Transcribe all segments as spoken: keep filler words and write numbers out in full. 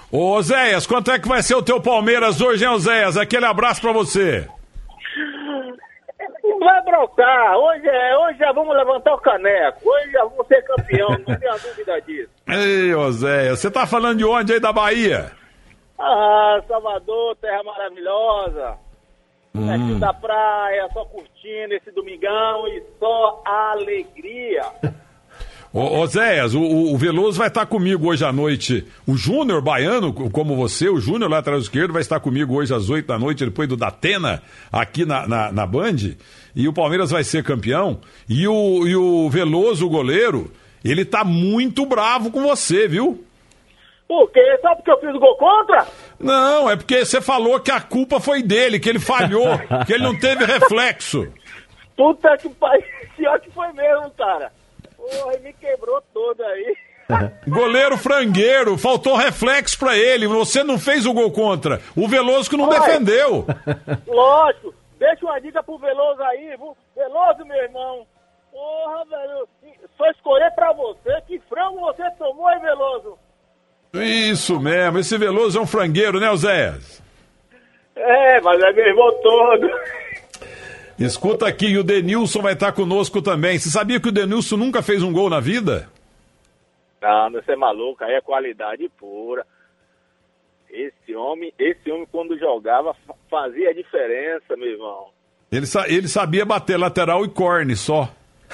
Ô, Oséias, quanto é que vai ser o teu Palmeiras hoje, hein, Oséias? Aquele abraço pra você. Vai brocar. Hoje, é, hoje já vamos levantar o caneco. Hoje já vamos ser campeão, não tenha dúvida disso. Ei, Oséias, você tá falando de onde aí da Bahia? Ah, Salvador, terra maravilhosa. Hum. Aqui da praia, só curtindo esse domingão e só alegria. Ô, Oséias, o, o Veloso vai estar comigo hoje à noite. O Júnior Baiano, como você, o Júnior lateral esquerdo, vai estar comigo hoje às oito da noite, depois do Datena, aqui na, na, na Band. E o Palmeiras vai ser campeão. E o, e o Veloso, o goleiro, ele tá muito bravo com você, viu? Por quê? Só porque eu fiz o gol contra? Não, é porque você falou que a culpa foi dele, que ele falhou, que ele não teve reflexo. Puta que pariu, pior que foi mesmo, cara. Porra, ele me quebrou todo aí. Goleiro frangueiro, faltou reflexo pra ele, você não fez o gol contra. O Veloso que não Oi. defendeu. Lógico, deixa uma dica pro Veloso aí, Veloso, meu irmão. Porra, velho, só escolher pra você, que frango você tomou, hein, Veloso? Isso mesmo, esse Veloso é um frangueiro, né, Oséias? É, mas é meu irmão todo. Escuta aqui, e o Denilson vai estar conosco também. Você sabia que o Denilson nunca fez um gol na vida? Não, você é maluco, aí é qualidade pura. Esse homem, esse homem quando jogava fazia a diferença, meu irmão. Ele, ele sabia bater lateral e corne só.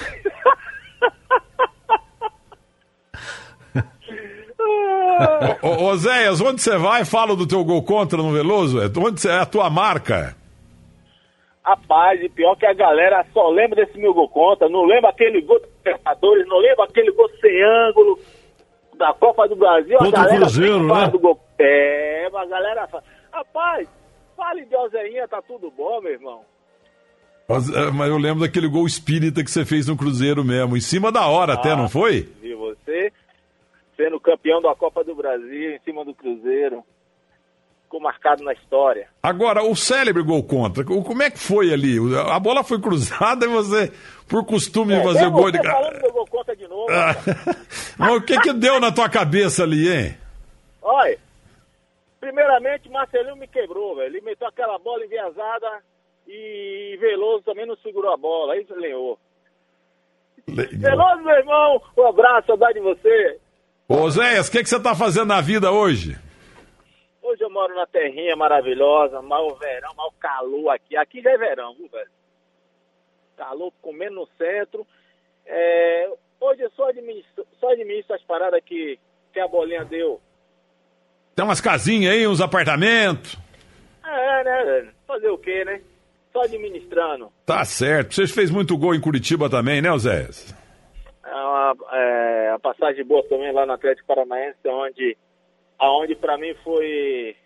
Ô, ô, ô Zéias, onde você vai? Fala do teu gol contra no Veloso. Onde você, é a tua marca? Rapaz, e pior que a galera só lembra desse meu gol contra, não lembra aquele gol dos Libertadores, não lembra aquele gol sem ângulo da Copa do Brasil. Contra a galera o Cruzeiro, né? Do gol. É, a galera fala, rapaz, fale de Ozeinha, tá tudo bom, meu irmão. Mas, mas eu lembro daquele gol espírita que você fez no Cruzeiro mesmo, em cima da hora ah, até, não foi? E você, sendo campeão da Copa do Brasil, em cima do Cruzeiro. Ficou marcado na história. Agora, o célebre gol contra, como é que foi ali? A bola foi cruzada e você, por costume, é, de fazer gol de... falando do gol contra de novo. Ah, mas o que que deu na tua cabeça ali, hein? Olha, primeiramente, Marcelinho me quebrou, velho. Ele meteu aquela bola enviesada e Veloso também não segurou a bola. Aí lenhou. Veloso, meu irmão, um abraço, saudade de você. Ô, Zéias, o que que você tá fazendo na vida hoje? Hoje eu moro na terrinha maravilhosa, mal verão, mal calor aqui. Aqui já é verão, viu, velho? Calor comendo no centro. É, hoje eu só administro, só administro as paradas que, que a bolinha deu. Tem umas casinhas aí, uns apartamentos. É, né, velho? Fazer o quê, né? Só administrando. Tá certo. Você fez muito gol em Curitiba também, né, Zéias? É uma, é, a passagem boa também lá no Atlético Paranaense, onde... aonde para mim foi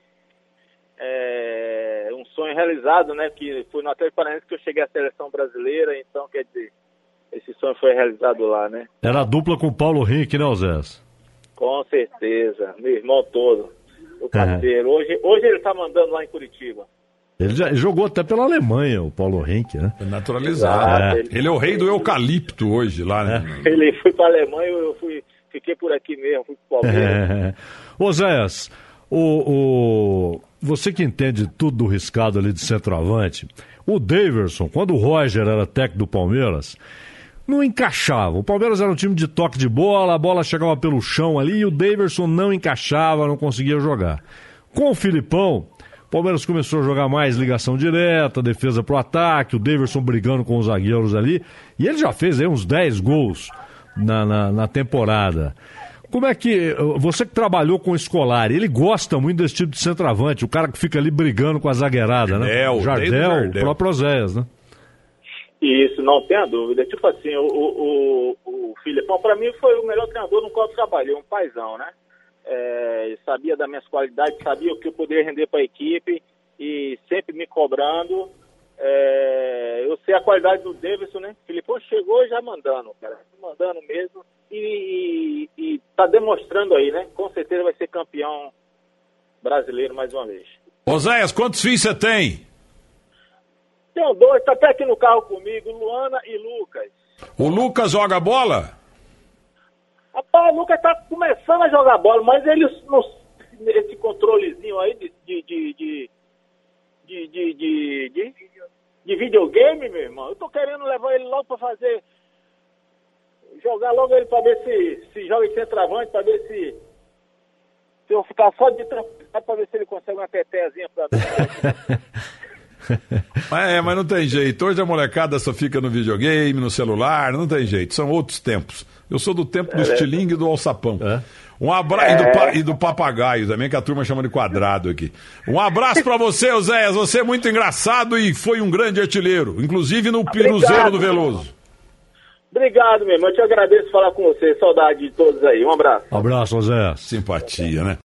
é, um sonho realizado, né, que foi no Atlético Paranaense que eu cheguei à seleção brasileira, então, quer dizer, esse sonho foi realizado lá, né. Era a dupla com o Paulo Henrique, né, Zés? Com certeza, meu irmão todo, o parceiro. É. Hoje, hoje ele tá mandando lá em Curitiba. Ele já jogou até pela Alemanha, o Paulo Henrique, né? Naturalizado. É. Ele, ele é o rei do eucalipto hoje lá, né. É. Ele foi pra Alemanha, eu fui... Fiquei por aqui mesmo, fui pro Palmeiras. É. Ô, Zéias, o, o, você que entende tudo do riscado ali de centroavante, o Daverson, quando o Roger era técnico do Palmeiras, não encaixava. O Palmeiras era um time de toque de bola, a bola chegava pelo chão ali e o Daverson não encaixava, não conseguia jogar. Com o Filipão, o Palmeiras começou a jogar mais ligação direta, defesa pro ataque, o Daverson brigando com os zagueiros ali, e ele já fez aí uns dez gols Na, na, na temporada. Como é que, você que trabalhou com o Scolari, ele gosta muito desse tipo de centroavante, o cara que fica ali brigando com a zagueirada, né? Jardel, Jardel, Jardel. O próprio Oséias, né? Isso, não tenha dúvida. Tipo assim, o, o, o Filipão, pra mim, foi o melhor treinador no qual eu trabalhei, um paizão, né? É, sabia das minhas qualidades, sabia o que eu poderia render pra equipe e sempre me cobrando. É, eu sei a qualidade do Davidson, né? Filipão chegou já mandando, cara, mandando mesmo e, e, e tá demonstrando aí, né? Com certeza vai ser campeão brasileiro mais uma vez. Oséias, quantos filhos você tem? Tenho dois, tá até aqui no carro comigo, Luana e Lucas. O Lucas joga bola? Rapaz, o Lucas tá começando a jogar bola, mas ele não, esse bem, meu irmão. Eu tô querendo levar ele logo pra fazer... Jogar logo ele pra ver se, se joga de centroavante, pra ver se... Se eu ficar só de tranquilidade pra ver se ele consegue uma tetezinha pra... Mas, é, mas não tem jeito. Hoje a molecada só fica no videogame, no celular, não tem jeito. São outros tempos. Eu sou do tempo do é, estilingue e do alçapão. É. Um abraço. É. E, do pa... e do papagaio também, que a turma chama de quadrado aqui. Um abraço pra você, Oséias. Você é muito engraçado e foi um grande artilheiro. Inclusive no Piruzeiro do Veloso. Obrigado, meu irmão. Eu te agradeço falar com você. Saudade de todos aí. Um abraço. Um abraço, Oséias. Simpatia, né?